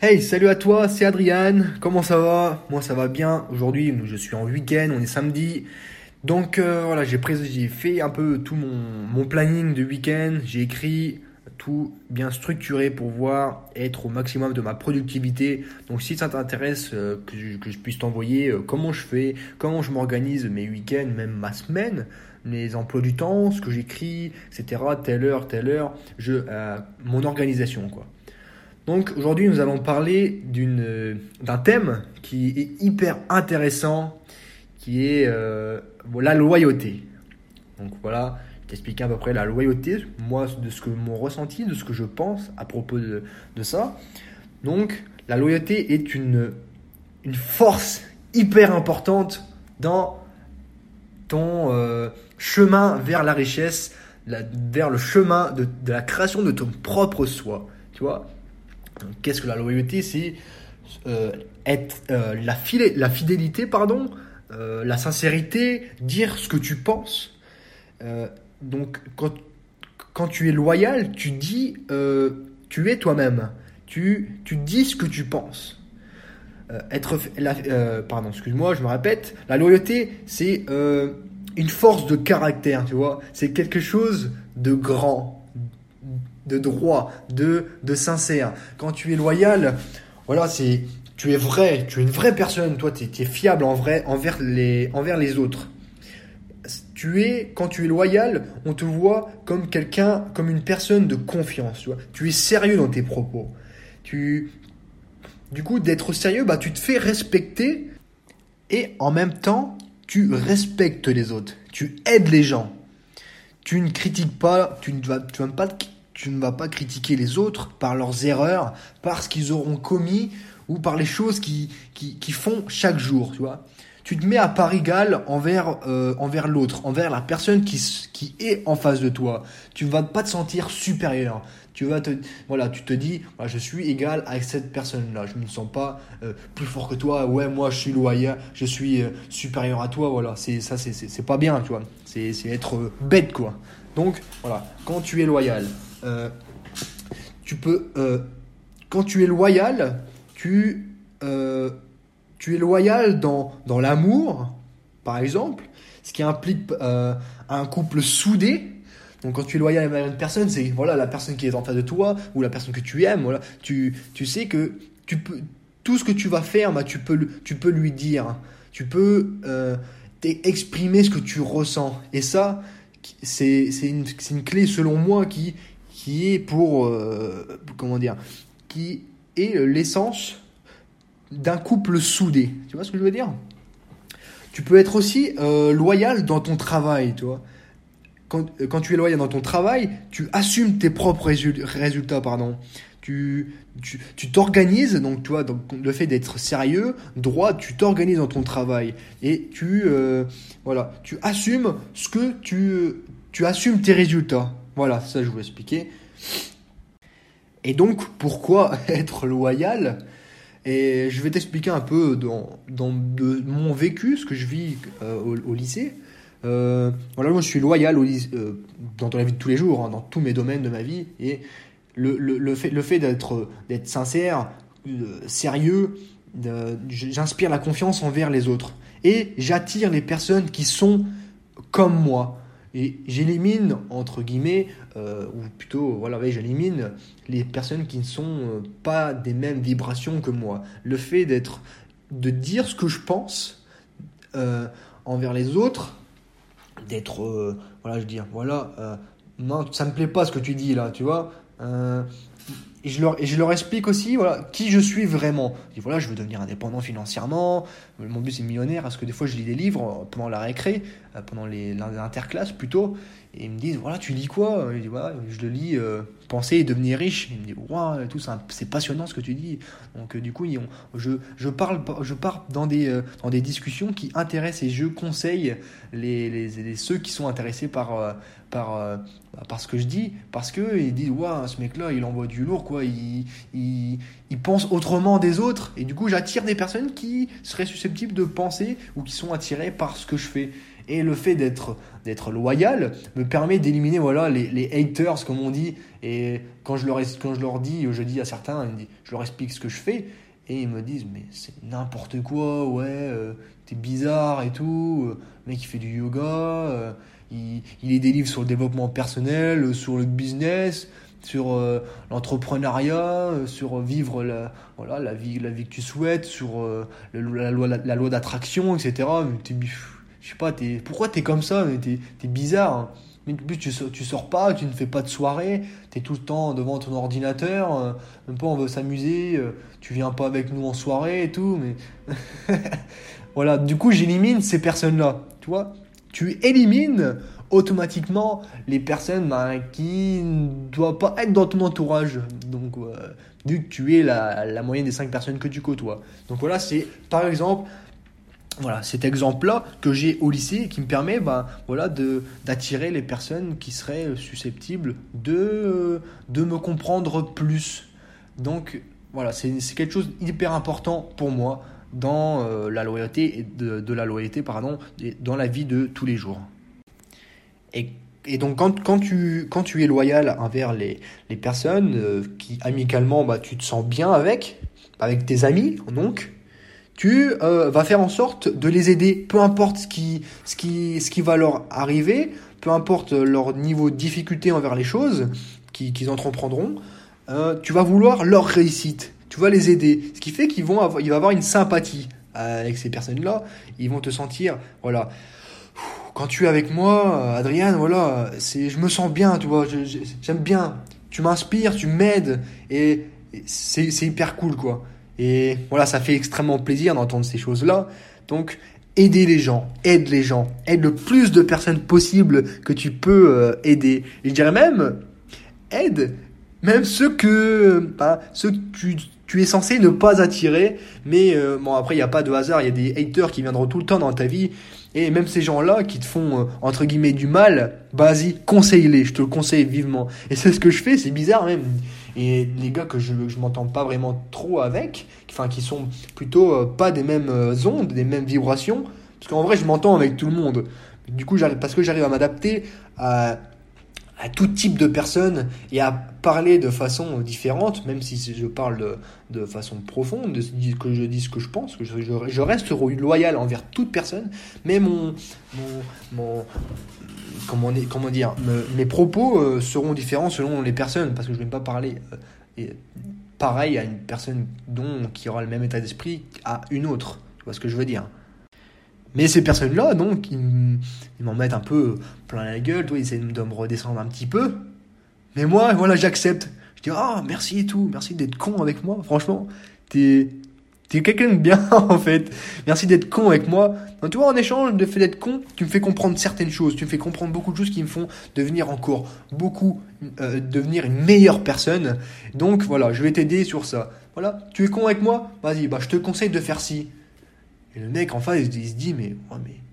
Hey, salut à toi, c'est Adrien. Comment ça va? Moi, ça va bien. Aujourd'hui, je suis en week-end, on est samedi. Donc voilà, j'ai fait un peu tout mon planning de week-end. J'ai écrit tout bien structuré pour voir être au maximum de ma productivité. Donc si ça t'intéresse, que je puisse t'envoyer comment je fais, comment je m'organise mes week-ends, même ma semaine, mes emplois du temps, ce que j'écris, etc. Telle heure, mon organisation quoi. Donc aujourd'hui, nous allons parler d'un thème qui est hyper intéressant, qui est la loyauté. Donc voilà, je t'explique à peu près la loyauté, moi de ce que mon ressenti, de ce que je pense à propos de ça. Donc la loyauté est une force hyper importante dans ton chemin vers la richesse, vers le chemin de la création de ton propre soi. Tu vois? Qu'est-ce que la loyauté? C'est la fidélité, pardon, la sincérité, dire ce que tu penses. Donc, quand tu es loyal, tu es toi-même. Tu dis ce que tu penses. Pardon, excuse-moi, je me répète. La loyauté, c'est une force de caractère, tu vois. C'est quelque chose de grand, de droit, de sincère. Quand tu es loyal, voilà, tu es vrai, tu es une vraie personne, toi, tu es fiable envers les autres. Quand tu es loyal, on te voit comme comme une personne de confiance, tu vois. Tu es sérieux dans tes propos. Du coup, d'être sérieux, tu te fais respecter et en même temps, tu respectes les autres. Tu aides les gens. Tu ne critiques pas, tu ne vas pas critiquer les autres par leurs erreurs, par ce qu'ils auront commis ou par les choses qu'ils font chaque jour, tu vois. Tu te mets à part égale envers l'autre, envers la personne qui est en face de toi. Tu ne vas pas te sentir supérieur. Tu te dis, voilà, je suis égal avec cette personne-là. Je ne me sens pas plus fort que toi. Ouais, moi, je suis loyal, je suis supérieur à toi. Voilà, c'est pas bien, tu vois. C'est être bête, quoi. Donc, voilà, quand tu es loyal, quand tu es loyal, tu es loyal dans l'amour, par exemple, ce qui implique un couple soudé. Donc quand tu es loyal à une personne, c'est voilà la personne qui est en face de toi ou la personne que tu aimes. Voilà, tu sais que tout ce que tu vas faire, tu peux lui dire, tu peux exprimer ce que tu ressens. Et ça, c'est une clé selon moi qui est qui est l'essence d'un couple soudé. Tu vois ce que je veux dire? Tu peux être aussi loyal dans ton travail, tu vois. Quand tu es loyal dans ton travail, tu assumes tes propres résultats, pardon. Tu t'organises, donc tu vois, donc, le fait d'être sérieux, droit, tu t'organises dans ton travail et tu assumes tu assumes tes résultats. Voilà, ça je vous expliquer. Et donc, pourquoi être loyal? Et je vais t'expliquer un peu de mon vécu, ce que je vis au lycée. Voilà, moi je suis loyal au lycée, dans la vie de tous les jours, hein, dans tous mes domaines de ma vie. Et le fait d'être sincère, sérieux, j'inspire la confiance envers les autres. Et j'attire les personnes qui sont comme moi. Et j'élimine, entre guillemets, ou plutôt, voilà, ouais, j'élimine les personnes qui ne sont pas des mêmes vibrations que moi. Le fait de dire ce que je pense envers les autres, d'être, voilà, je veux dire, voilà, non, ça me plaît pas ce que tu dis là, tu vois. Et je leur explique aussi voilà, qui je suis vraiment. Je dis voilà, je veux devenir indépendant financièrement. Mon but c'est millionnaire parce que des fois je lis des livres pendant la récré, pendant les interclasses plutôt. Et ils me disent voilà, tu lis quoi? Je dis voilà, je le lis Penser et devenir riche. Ils me disent waouh, tout ça, c'est passionnant ce que tu dis. Donc du coup, je pars dans des discussions qui intéressent et je conseille ceux qui sont intéressés par ce que je dis, parce que ils disent waouh, ce mec là il envoie du lourd quoi, il pense autrement des autres et du coup j'attire des personnes qui seraient susceptibles de penser ou qui sont attirées par ce que je fais. Et le fait d'être loyal me permet d'éliminer voilà, les haters, comme on dit. Et quand je leur dis, je dis à certains, je leur explique ce que je fais. Et ils me disent, mais c'est n'importe quoi, ouais, t'es bizarre et tout. Le mec, il fait du yoga, il lit des livres sur le développement personnel, sur le business, sur l'entrepreneuriat, sur vivre voilà, la vie que tu souhaites, sur la loi d'attraction, etc. Mais je sais pas, pourquoi t'es comme ça? Mais t'es bizarre, hein. Mais en plus, tu sors pas, tu ne fais pas de soirée, tu es tout le temps devant ton ordinateur, même pas on veut s'amuser, tu viens pas avec nous en soirée et tout, mais voilà, du coup j'élimine ces personnes-là, tu vois. Tu élimines automatiquement les personnes qui ne doivent pas être dans ton entourage, donc vu que tu es la moyenne des 5 personnes que tu côtoies. Donc voilà, c'est par exemple voilà, cet exemple-là que j'ai au lycée et qui me permet voilà, d'attirer les personnes qui seraient susceptibles de me comprendre plus. Donc voilà, c'est quelque chose d'hyper important pour moi dans la loyauté et de la loyauté dans la vie de tous les jours. Et donc quand tu es loyal envers les personnes qui amicalement tu te sens bien avec tes amis, donc tu vas faire en sorte de les aider, peu importe ce qui va leur arriver, peu importe leur niveau de difficulté envers les choses qu'ils entreprendront, tu vas vouloir leur réussite, tu vas les aider, ce qui fait il va avoir une sympathie avec ces personnes-là, ils vont te sentir, voilà, quand tu es avec moi, Adrien, voilà, je me sens bien, tu vois, j'aime bien, tu m'inspires, tu m'aides, et c'est hyper cool, quoi. Et voilà, ça fait extrêmement plaisir d'entendre ces choses-là. Donc, aide les gens, aide le plus de personnes possible que tu peux aider. Et je dirais même, aide même ceux que tu es censé ne pas attirer. Mais bon, après, il n'y a pas de hasard, il y a des haters qui viendront tout le temps dans ta vie. Et même ces gens-là qui te font, entre guillemets, du mal, vas-y, conseille-les, je te le conseille vivement. Et c'est ce que je fais, c'est bizarre même. Et les gars que je m'entends pas vraiment trop avec, enfin qui sont plutôt pas des mêmes ondes, des mêmes vibrations, parce qu'en vrai je m'entends avec tout le monde. Du coup parce que j'arrive à m'adapter à tout type de personnes et à parler de façon différente, même si je parle de façon profonde, que je dis ce que je pense, que je reste loyal envers toute personne, mais comment dire, mes propos seront différents selon les personnes, parce que je ne vais pas parler pareil à une personne qui aura le même état d'esprit à une autre, tu vois ce que je veux dire. Mais ces personnes-là, donc, ils m'en mettent un peu plein la gueule, ils essaient de me redescendre un petit peu. Mais moi, voilà, j'accepte. Je dis, merci et tout, merci d'être con avec moi. Franchement, t'es quelqu'un de bien, en fait. Merci d'être con avec moi. Donc, tu vois, en échange de fait d'être con, tu me fais comprendre certaines choses. Tu me fais comprendre beaucoup de choses qui me font devenir devenir une meilleure personne. Donc, voilà, je vais t'aider sur ça. Voilà, tu es con avec moi? Vas-y, je te conseille de faire ci. Et le mec en face, il se dit, mais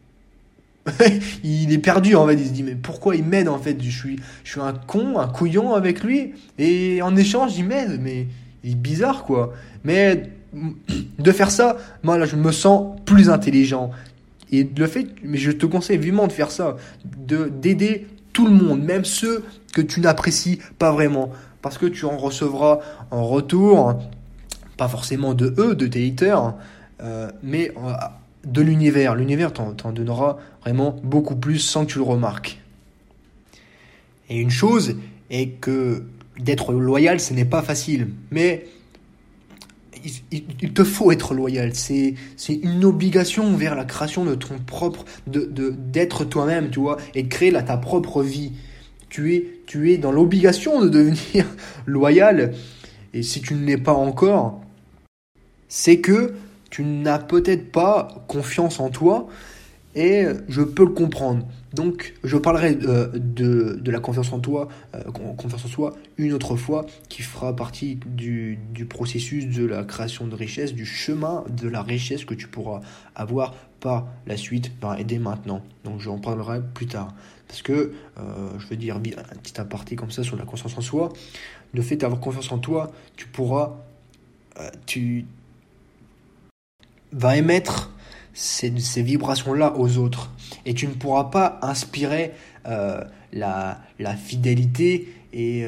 il est perdu en fait. Il se dit, mais pourquoi il m'aide en fait? Je suis un con, un couillon avec lui. Et en échange, il m'aide. Mais il est bizarre quoi. Mais de faire ça, moi là, je me sens plus intelligent. Et mais je te conseille vivement de faire ça. D'aider tout le monde, même ceux que tu n'apprécies pas vraiment. Parce que tu en recevras en retour, pas forcément de tes haters, mais de l'univers. L'univers t'en donnera vraiment beaucoup plus sans que tu le remarques. Et une chose est que d'être loyal, ce n'est pas facile. Mais il te faut être loyal. C'est une obligation vers la création de ton propre... d'être toi-même, tu vois, et de créer ta propre vie. Tu es dans l'obligation de devenir loyal. Et si tu ne l'es pas encore, c'est que tu n'as peut-être pas confiance en toi, et je peux le comprendre. Donc, je parlerai de la confiance en toi, confiance en soi, une autre fois, qui fera partie du processus de la création de richesse, du chemin de la richesse que tu pourras avoir par la suite, et dès maintenant. Donc, j'en parlerai plus tard. Parce que, je veux dire, un petit aparté comme ça sur la confiance en soi, le fait d'avoir confiance en toi, tu vas émettre ces vibrations-là aux autres. Et tu ne pourras pas inspirer la fidélité et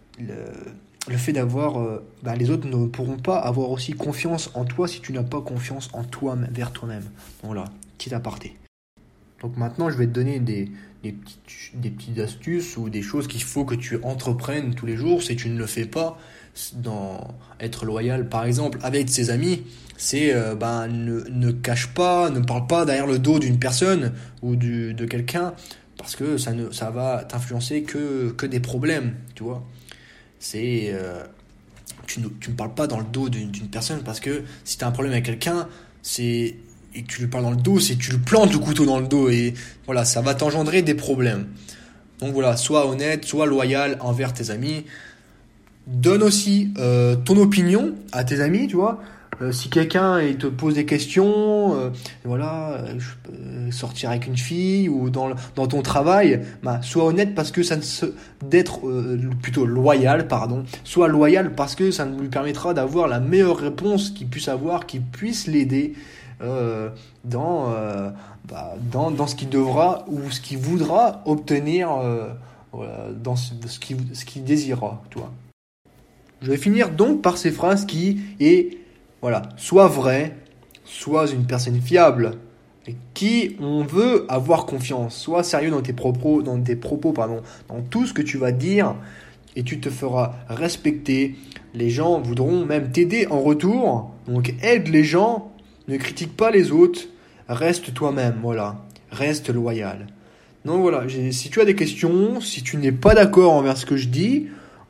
le fait d'avoir... les autres ne pourront pas avoir aussi confiance en toi si tu n'as pas confiance en toi, vers toi-même. Voilà, petit aparté. Donc maintenant, je vais te donner des petites astuces ou des choses qu'il faut que tu entreprennes tous les jours si tu ne le fais pas. Dans être loyal, par exemple, avec ses amis, c'est ne cache pas, ne parle pas derrière le dos d'une personne ou de quelqu'un, parce que ça va t'influencer que des problèmes, tu vois. C'est tu ne parles pas dans le dos d'une personne, parce que si tu as un problème avec quelqu'un, et que tu lui parles dans le dos, c'est tu lui plantes le couteau dans le dos, et voilà, ça va t'engendrer des problèmes. Donc voilà, sois honnête, sois loyal envers tes amis. Donne aussi ton opinion à tes amis, tu vois. Si quelqu'un il te pose des questions, je peux sortir avec une fille ou dans ton travail, sois honnête, parce que plutôt loyal, pardon. Sois loyal parce que ça lui permettra d'avoir la meilleure réponse qu'il puisse avoir, qui puisse l'aider dans ce qu'il devra ou ce qu'il voudra obtenir dans ce qu'il désirera, tu vois. Je vais finir donc par ces phrases qui est, sois vrai, sois une personne fiable, et qui on veut avoir confiance, sois sérieux dans tes propos, dans tout ce que tu vas dire, et tu te feras respecter. Les gens voudront même t'aider en retour, donc aide les gens, ne critique pas les autres, reste toi-même, reste loyal. Donc voilà, si tu as des questions, si tu n'es pas d'accord envers ce que je dis,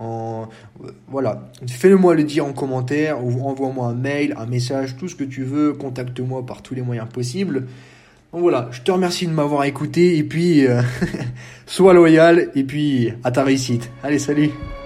fais-le-moi le dire en commentaire, ou envoie-moi un mail, un message, tout ce que tu veux, contacte-moi par tous les moyens possibles. Donc voilà, je te remercie de m'avoir écouté, et puis sois loyal, et puis à ta réussite. Allez, salut!